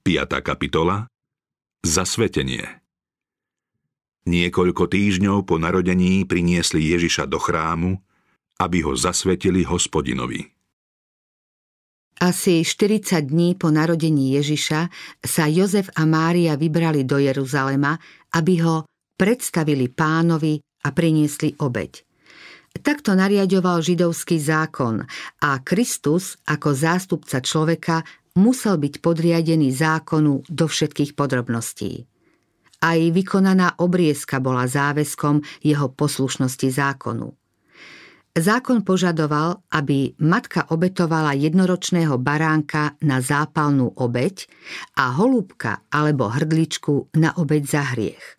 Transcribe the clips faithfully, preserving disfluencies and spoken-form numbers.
piata kapitola. Zasvetenie. Niekoľko týždňov po narodení priniesli Ježiša do chrámu, aby ho zasvetili Hospodinovi. Asi štyridsať dní po narodení Ježiša sa Jozef a Mária vybrali do Jeruzalema, aby ho predstavili Pánovi a priniesli obeť. Takto nariaďoval židovský zákon a Kristus ako zástupca človeka musel byť podriadený zákonu do všetkých podrobností. Aj vykonaná obriezka bola záväzkom jeho poslušnosti zákonu. Zákon požadoval, aby matka obetovala jednoročného baránka na zápalnú obeť a holúbka alebo hrdličku na obeť za hriech.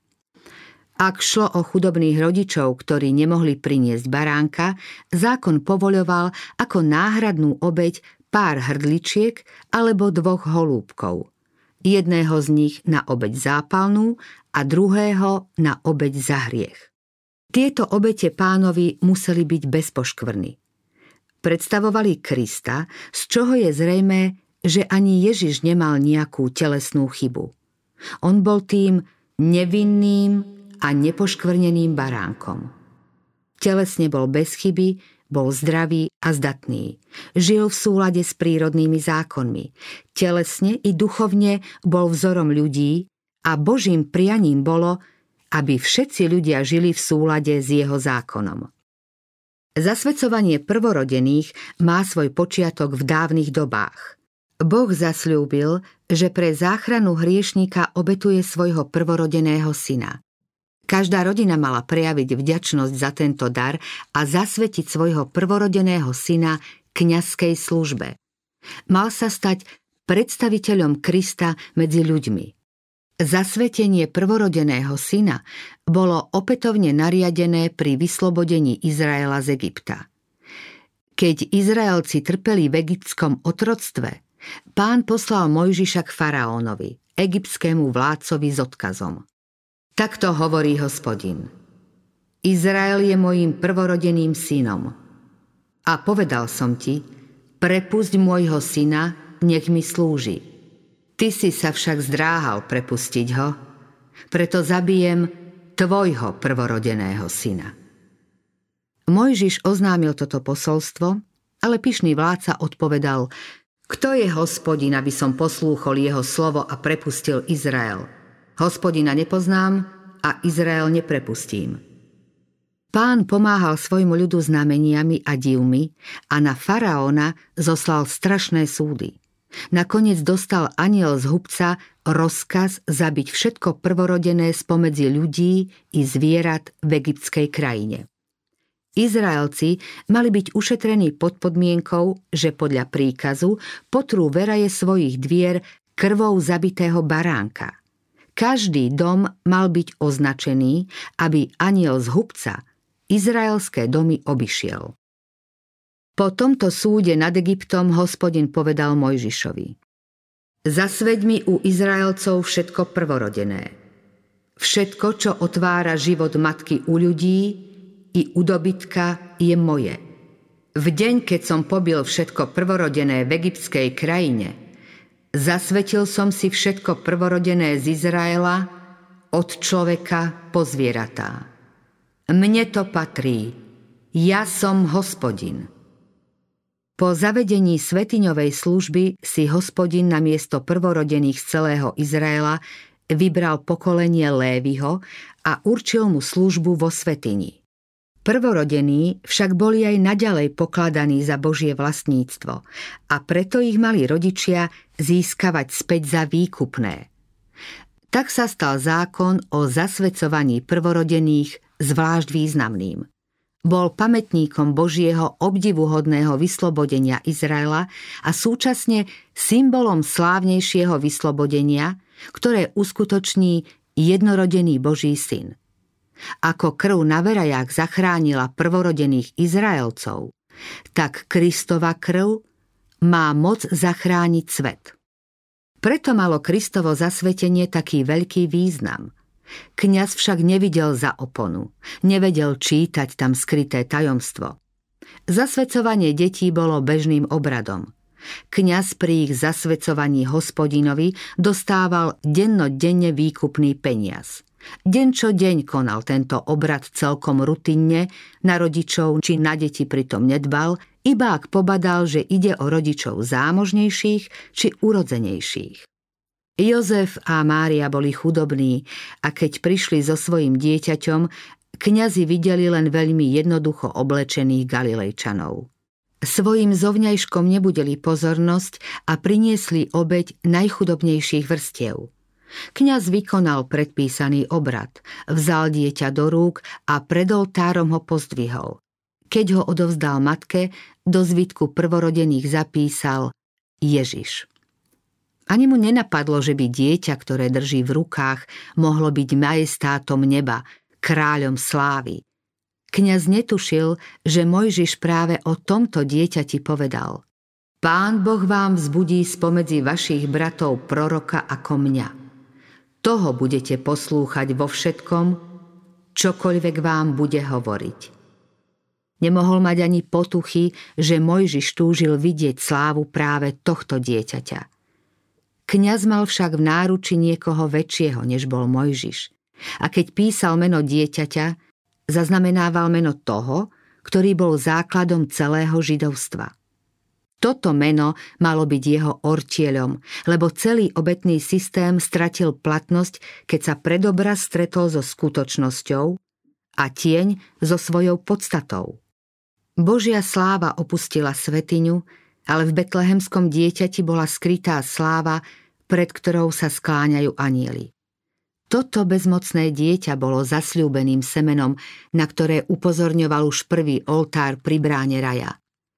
Ak šlo o chudobných rodičov, ktorí nemohli priniesť baránka, zákon povoľoval ako náhradnú obeť pár hrdličiek alebo dvoch holúbkov. Jedného z nich na obeť zápalnú a druhého na obeť za hriech. Tieto obete Pánovi museli byť bez poškvrny. Predstavovali Krista, z čoho je zrejmé, že ani Ježiš nemal nejakú telesnú chybu. On bol tým nevinným a nepoškvrneným baránkom. Telesne bol bez chyby, bol zdravý a zdatný. Žil v súlade s prírodnými zákonmi. Telesne i duchovne bol vzorom ľudí a Božím prianím bolo, aby všetci ľudia žili v súlade s jeho zákonom. Zasväcovanie prvorodených má svoj počiatok v dávnych dobách. Boh zasľúbil, že pre záchranu hriešnika obetuje svojho prvorodeného syna. Každá rodina mala prejaviť vďačnosť za tento dar a zasvetiť svojho prvorodeného syna kňazskej službe. Mal sa stať predstaviteľom Krista medzi ľuďmi. Zasvetenie prvorodeného syna bolo opätovne nariadené pri vyslobodení Izraela z Egypta. Keď Izraelci trpeli v egyptskom otroctve, Pán poslal Mojžiša k faraónovi, egyptskému vládcovi s odkazom. Takto hovorí Hospodin. Izrael je mojím prvorodeným synom. A povedal som ti, prepusť môjho syna, nech mi slúži. Ty si sa však zdráhal prepustiť ho, preto zabijem tvojho prvorodeného syna. Mojžiš oznámil toto posolstvo, ale pyšný vládca odpovedal, kto je Hospodin, aby som poslúchol jeho slovo a prepustil Izrael? Hospodina nepoznám a Izrael neprepustím. Pán pomáhal svojmu ľudu znameniami a divmi a na faraóna zoslal strašné súdy. Nakoniec dostal anjel z hubca rozkaz zabiť všetko prvorodené spomedzi ľudí i zvierat v egyptskej krajine. Izraelci mali byť ušetrení pod podmienkou, že podľa príkazu potrú veraje svojich dvier krvou zabitého baránka. Každý dom mal byť označený, aby anjel z hubca izraelské domy obišiel. Po tomto súde nad Egyptom Hospodin povedal Mojžišovi: Zasveď mi u Izraelcov všetko prvorodené. Všetko, čo otvára život matky u ľudí i u dobytka, je moje. V deň, keď som pobil všetko prvorodené v egyptskej krajine, zasvetil som si všetko prvorodené z Izraela, od človeka po zvieratá. Mne to patrí. Ja som Hospodin. Po zavedení svätyňovej služby si Hospodin namiesto prvorodených z celého Izraela vybral pokolenie Léviho a určil mu službu vo svätyni. Prvorodení však boli aj naďalej pokladaní za Božie vlastníctvo a preto ich mali rodičia získavať späť za výkupné. Tak sa stal zákon o zasväcovaní prvorodených zvlášť významným. Bol pamätníkom Božieho obdivuhodného vyslobodenia Izraela a súčasne symbolom slávnejšieho vyslobodenia, ktoré uskutoční jednorodený Boží syn. Ako krv na verajách zachránila prvorodených Izraelcov, tak Kristova krv má moc zachrániť svet. Preto malo Kristovo zasvetenie taký veľký význam. Kňaz však nevidel za oponu, nevedel čítať tam skryté tajomstvo. Zasväcovanie detí bolo bežným obradom. Kňaz pri ich zasvedcovaní Hospodinovi dostával dennodenne výkupný peniaz. Deň čo deň konal tento obrad celkom rutinne, na rodičov či na deti pritom nedbal, iba ak pobadal, že ide o rodičov zámožnejších či urodzenejších. Jozef a Mária boli chudobní a keď prišli so svojím dieťaťom, kňazi videli len veľmi jednoducho oblečených Galilejčanov. Svojim zovňajškom nebudeli pozornosť a priniesli obeť najchudobnejších vrstiev. Kňaz vykonal predpísaný obrad, vzal dieťa do rúk a pred oltárom ho pozdvihol. Keď ho odovzdal matke, do zvitku prvorodených zapísal Ježiš. Ani mu nenapadlo, že by dieťa, ktoré drží v rukách, mohlo byť majestátom neba, kráľom slávy. Kňaz netušil, že Mojžiš práve o tomto dieťati povedal: Pán Boh vám vzbudí spomedzi vašich bratov proroka ako mňa. Toho budete poslúchať vo všetkom, čokoľvek vám bude hovoriť. Nemohol mať ani potuchy, že Mojžiš túžil vidieť slávu práve tohto dieťaťa. Kňaz mal však v náruči niekoho väčšieho, než bol Mojžiš. A keď písal meno dieťaťa, zaznamenával meno toho, ktorý bol základom celého židovstva. Toto meno malo byť jeho ortieľom, lebo celý obetný systém stratil platnosť, keď sa predobraz stretol so skutočnosťou a tieň so svojou podstatou. Božia sláva opustila svätyňu, ale v betlehemskom dieťati bola skrytá sláva, pred ktorou sa skláňajú anjeli. Toto bezmocné dieťa bolo zasľúbeným semenom, na ktoré upozorňoval už prvý oltár pri bráne raja.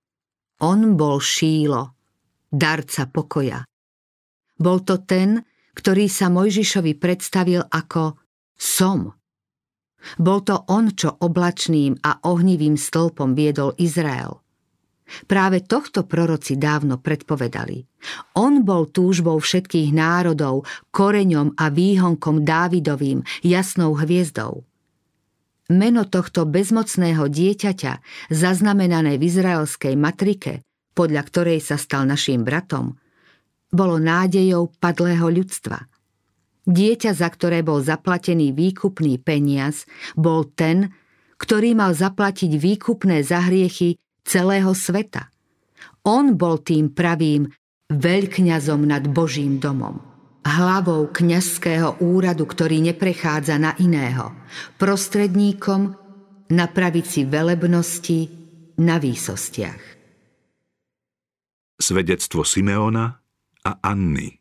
On bol Šílo, darca pokoja. Bol to ten, ktorý sa Mojžišovi predstavil ako som. Bol to on, čo oblačným a ohnivým stĺpom viedol Izrael. Práve tohto proroci dávno predpovedali. On bol túžbou všetkých národov, koreňom a výhonkom Dávidovým, jasnou hviezdou. Meno tohto bezmocného dieťaťa, zaznamenané v izraelskej matrike, podľa ktorej sa stal naším bratom, bolo nádejou padlého ľudstva. Dieťa, za ktoré bol zaplatený výkupný peniaz, bol ten, ktorý mal zaplatiť výkupné za hriechy celého sveta. On bol tým pravým veľkňazom nad Božím domom. Hlavou kňazského úradu, ktorý neprechádza na iného, prostredníkom na pravici velebnosti na výsostiach. Svedectvo Simeona a Anny.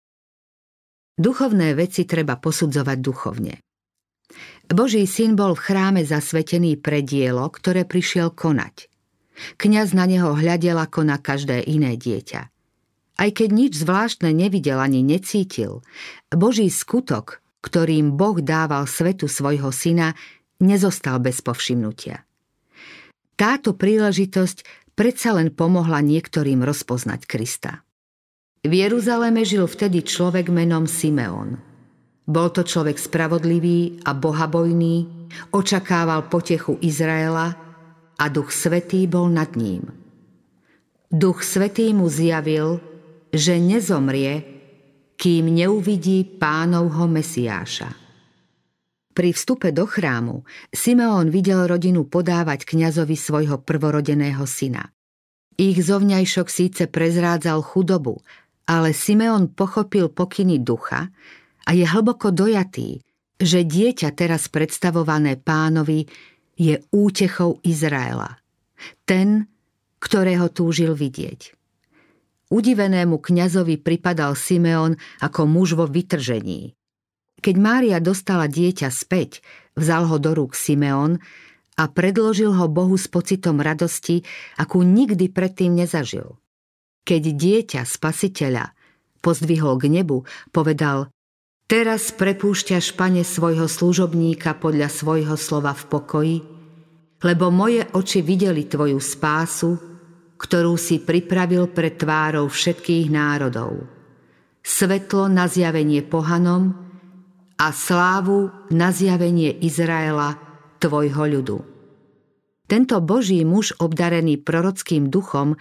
Duchovné veci treba posudzovať duchovne. Boží syn bol v chráme zasvetený pre dielo, ktoré prišiel konať. Kňaz na neho hľadel ako na každé iné dieťa. Aj keď nič zvláštne nevidel ani necítil, Boží skutok, ktorým Boh dával svetu svojho syna, nezostal bez povšimnutia. Táto príležitosť predsa len pomohla niektorým rozpoznať Krista. V Jeruzaleme žil vtedy človek menom Simeon. Bol to človek spravodlivý a bohabojný, očakával potechu Izraela a Duch Svätý bol nad ním. Duch Svätý mu zjavil, že nezomrie, kým neuvidí Pánovho Mesiáša. Pri vstupe do chrámu Simeón videl rodinu podávať kňazovi svojho prvorodeného syna. Ich zovňajšok síce prezrádzal chudobu, ale Simeón pochopil pokyny ducha a je hlboko dojatý, že dieťa teraz predstavované Pánovi je útechou Izraela. Ten, ktorého túžil vidieť. Udivenému kňazovi pripadal Simeón ako muž vo vytržení. Keď Mária dostala dieťa späť, vzal ho do rúk Simeón a predložil ho Bohu s pocitom radosti, akú nikdy predtým nezažil. Keď dieťa Spasiteľa pozdvihol k nebu, povedal: Teraz prepúšťaš, Pane, svojho služobníka podľa svojho slova v pokoji, lebo moje oči videli tvoju spásu, ktorú si pripravil pred tvárou všetkých národov. Svetlo na zjavenie pohanom a slávu na zjavenie Izraela, tvojho ľudu. Tento Boží muž obdarený prorockým duchom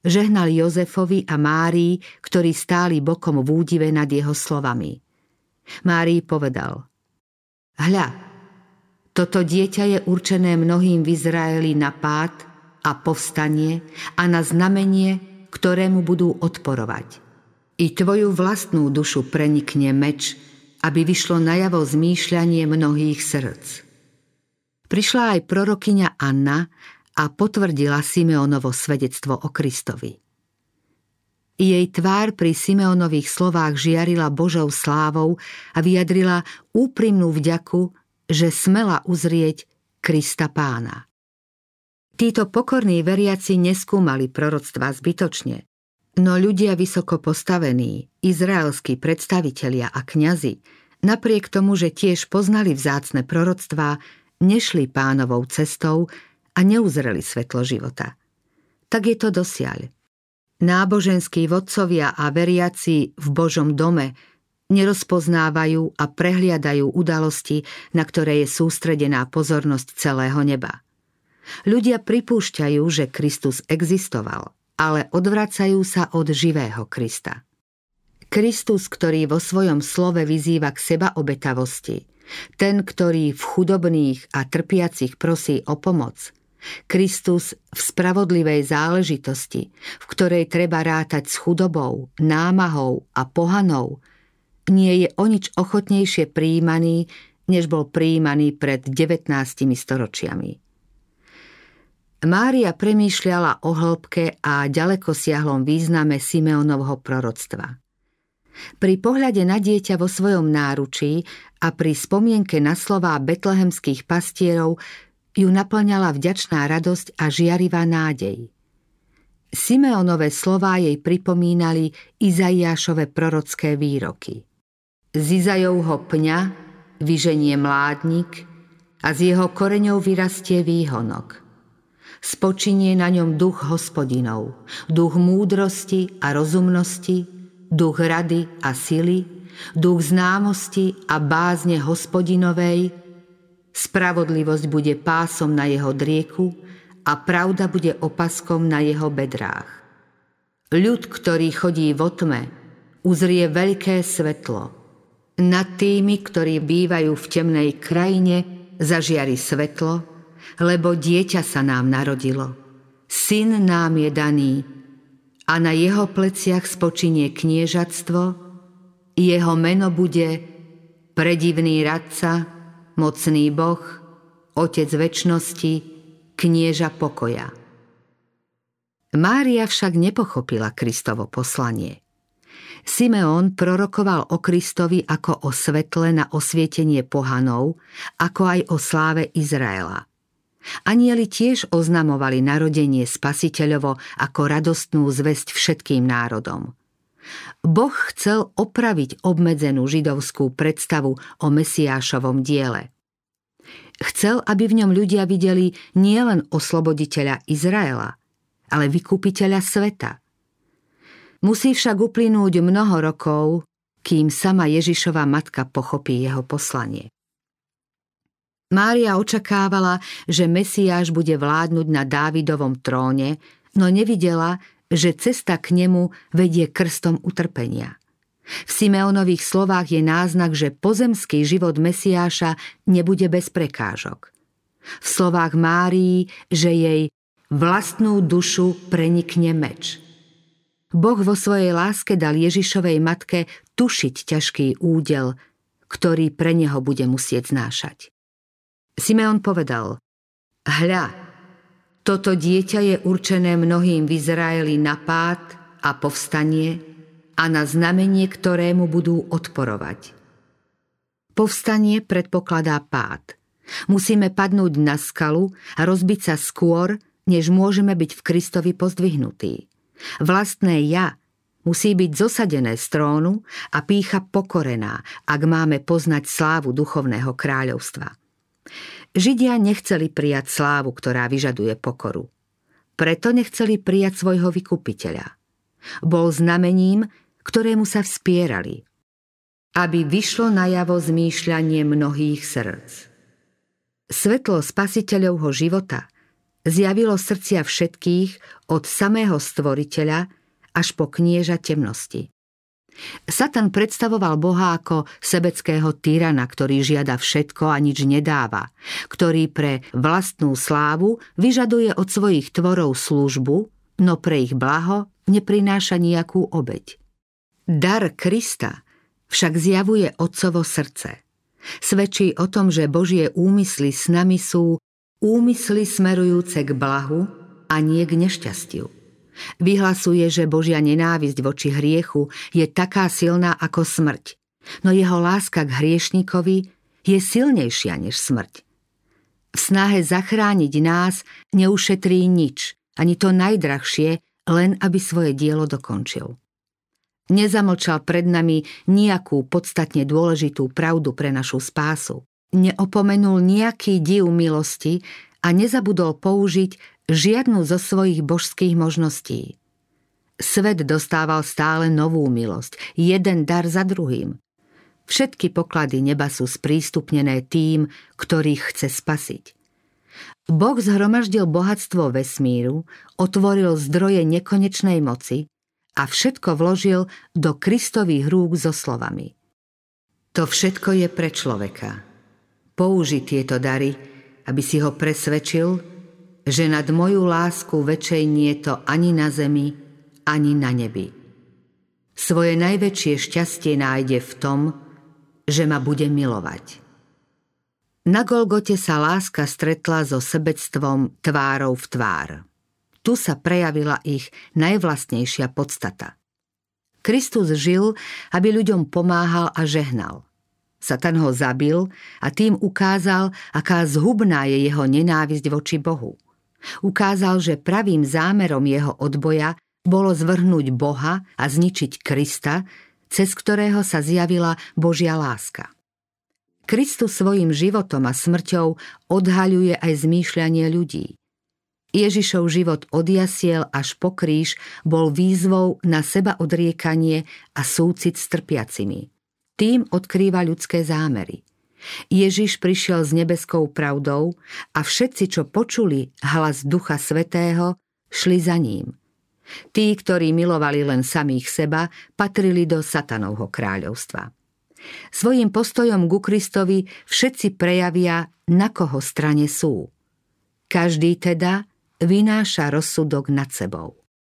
Žehnal Jozefovi a Márii, ktorí stáli bokom v údive nad jeho slovami. Márii povedal: Hľa, toto dieťa je určené mnohým v Izraeli na pád a povstanie a na znamenie, ktorému budú odporovať. I tvoju vlastnú dušu prenikne meč, aby vyšlo najavo zmýšľanie mnohých srdc. Prišla aj prorokyňa Anna a potvrdila Simeonovo svedectvo o Kristovi. Jej tvár pri Simeonových slovách žiarila Božou slávou a vyjadrila úprimnú vďaku, že smela uzrieť Krista Pána. Títo pokorní veriaci neskúmali proroctvá zbytočne, no ľudia vysoko postavení, izraelskí predstavitelia a kňazi, napriek tomu, že tiež poznali vzácne proroctvá, nešli Pánovou cestou a neuzreli svetlo života. Tak je to dosiaľ. Náboženskí vodcovia a veriaci v Božom dome nerozpoznávajú a prehliadajú udalosti, na ktoré je sústredená pozornosť celého neba. Ľudia pripúšťajú, že Kristus existoval, ale odvracajú sa od živého Krista. Kristus, ktorý vo svojom slove vyzýva k sebaobetavosti, ten, ktorý v chudobných a trpiacich prosí o pomoc, Kristus v spravodlivej záležitosti, v ktorej treba rátať s chudobou, námahou a pohanou, nie je o nič ochotnejšie prijímaný, než bol prijímaný pred devätnástimi storočiami. Mária premýšľala o hĺbke a ďalekosiahlom význame Simeonovho proroctva. Pri pohľade na dieťa vo svojom náručí a pri spomienke na slová betlehemských pastierov ju naplňala vďačná radosť a žiarivá nádej. Simeonove slová jej pripomínali Izaiášove prorocké výroky. Z Izajovho pňa vyženie mládnik a z jeho koreňov vyrastie výhonok. Spočinie na ňom duch Hospodinov, duch múdrosti a rozumnosti, duch rady a sily, duch známosti a bázne Hospodinovej. Spravodlivosť bude pásom na jeho drieku a pravda bude opaskom na jeho bedrách. Ľud, ktorý chodí vo tme, uzrie veľké svetlo. Nad tými, ktorí bývajú v temnej krajine, zažiari svetlo, lebo dieťa sa nám narodilo. Syn nám je daný a na jeho pleciach spočinie kniežatstvo, jeho meno bude Predivný radca, Mocný Boh, Otec večnosti, Knieža pokoja. Mária však nepochopila Kristovo poslanie. Simeon prorokoval o Kristovi ako o svetle na osvietenie pohanov, ako aj o sláve Izraela. Anjeli tiež oznamovali narodenie Spasiteľovo ako radostnú zvesť všetkým národom. Boh chcel opraviť obmedzenú židovskú predstavu o Mesiášovom diele. Chcel, aby v ňom ľudia videli nielen osloboditeľa Izraela, ale vykupiteľa sveta. Musí však uplynúť mnoho rokov, kým sama Ježišova matka pochopí jeho poslanie. Mária očakávala, že Mesiáš bude vládnuť na Dávidovom tróne, no nevidela, že cesta k nemu vedie krstom utrpenia. V Simeonových slovách je náznak, že pozemský život Mesiáša nebude bez prekážok. V slovách Márii, že jej vlastnú dušu prenikne meč. Boh vo svojej láske dal Ježišovej matke tušiť ťažký údel, ktorý pre neho bude musieť znášať. Simeon povedal: Hľa, toto dieťa je určené mnohým v Izraeli na pád a povstanie a na znamenie, ktorému budú odporovať. Povstanie predpokladá pád. Musíme padnúť na skalu a rozbiť sa skôr, než môžeme byť v Kristovi pozdvihnutí. Vlastné ja musí byť zosadené z trónu a pýcha pokorená, ak máme poznať slávu duchovného kráľovstva. Židia nechceli prijať slávu, ktorá vyžaduje pokoru. Preto nechceli prijať svojho vykupiteľa. Bol znamením, ktorému sa vspierali, aby vyšlo najavo zmýšľanie mnohých srdc. Svetlo Spasiteľovho života zjavilo srdcia všetkých od samého stvoriteľa až po knieža temnosti. Satan predstavoval Boha ako sebeckého tyrana, ktorý žiada všetko a nič nedáva, ktorý pre vlastnú slávu vyžaduje od svojich tvorov službu, no pre ich blaho neprináša nejakú obeť. Dar Krista však zjavuje Otcovo srdce. Svedčí o tom, že Božie úmysly s nami sú úmysly smerujúce k blahu a nie k nešťastiu. Vyhlasuje, že Božia nenávisť voči hriechu je taká silná ako smrť, no jeho láska k hriešnikovi je silnejšia než smrť. V snahe zachrániť nás neušetrí nič, ani to najdrahšie, len aby svoje dielo dokončil. Nezamlčal pred nami nejakú podstatne dôležitú pravdu pre našu spásu. Neopomenul nejaký div milosti a nezabudol použiť žiadnu zo svojich božských možností. Svet dostával stále novú milosť, jeden dar za druhým. Všetky poklady neba sú sprístupnené tým, ktorých chce spasiť. Boh zhromaždil bohatstvo vesmíru, otvoril zdroje nekonečnej moci a všetko vložil do Kristových rúk so slovami. To všetko je pre človeka. Použi tieto dary, aby si ho presvedčil, že nad moju lásku väčšej nie to ani na zemi, ani na nebi. Svoje najväčšie šťastie nájde v tom, že ma bude milovať. Na Golgote sa láska stretla so sebectvom tvárou v tvár. Tu sa prejavila ich najvlastnejšia podstata. Kristus žil, aby ľuďom pomáhal a žehnal. Satan ho zabil a tým ukázal, aká zhubná je jeho nenávisť voči Bohu. Ukázal, že pravým zámerom jeho odboja bolo zvrhnúť Boha a zničiť Krista, cez ktorého sa zjavila Božia láska. Kristus svojim životom a smrťou odhaľuje aj zmýšľanie ľudí. Ježišov život od jasiel až po kríž bol výzvou na seba odriekanie a súcit s trpiacimi. Tým odkrýva ľudské zámery. Ježiš prišiel s nebeskou pravdou a všetci, čo počuli hlas Ducha Svätého, šli za ním. Tí, ktorí milovali len samých seba, patrili do Satanovho kráľovstva. Svojím postojom ku Kristovi všetci prejavia, na koho strane sú. Každý teda vynáša rozsudok nad sebou.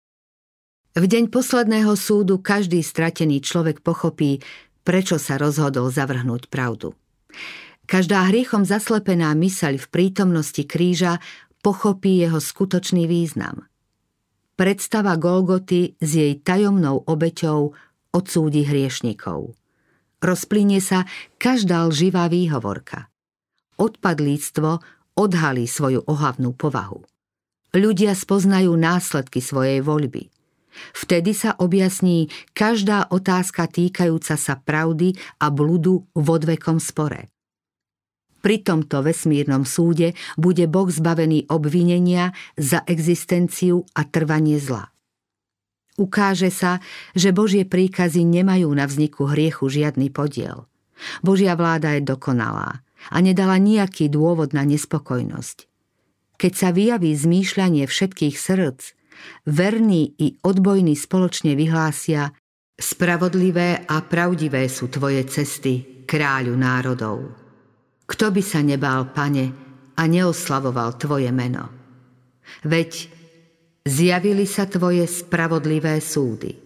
V deň posledného súdu každý stratený človek pochopí, prečo sa rozhodol zavrhnúť pravdu. Každá hriechom zaslepená myseľ v prítomnosti kríža pochopí jeho skutočný význam. Predstava Golgoty s jej tajomnou obeťou odsúdi hriešnikov. Rozplynie sa každá lživá výhovorka. Odpadlíctvo odhalí svoju ohavnú povahu. Ľudia spoznajú následky svojej voľby. Vtedy sa objasní každá otázka týkajúca sa pravdy a bludu v odvekom spore. Pri tomto vesmírnom súde bude Boh zbavený obvinenia za existenciu a trvanie zla. Ukáže sa, že Božie príkazy nemajú na vzniku hriechu žiadny podiel. Božia vláda je dokonalá a nedala nejaký dôvod na nespokojnosť. Keď sa vyjaví zmýšľanie všetkých srdc, verní i odbojní spoločne vyhlásia: spravodlivé a pravdivé sú tvoje cesty, kráľu národov. Kto by sa nebál, Pane, a neoslavoval tvoje meno? Veď zjavili sa tvoje spravodlivé súdy.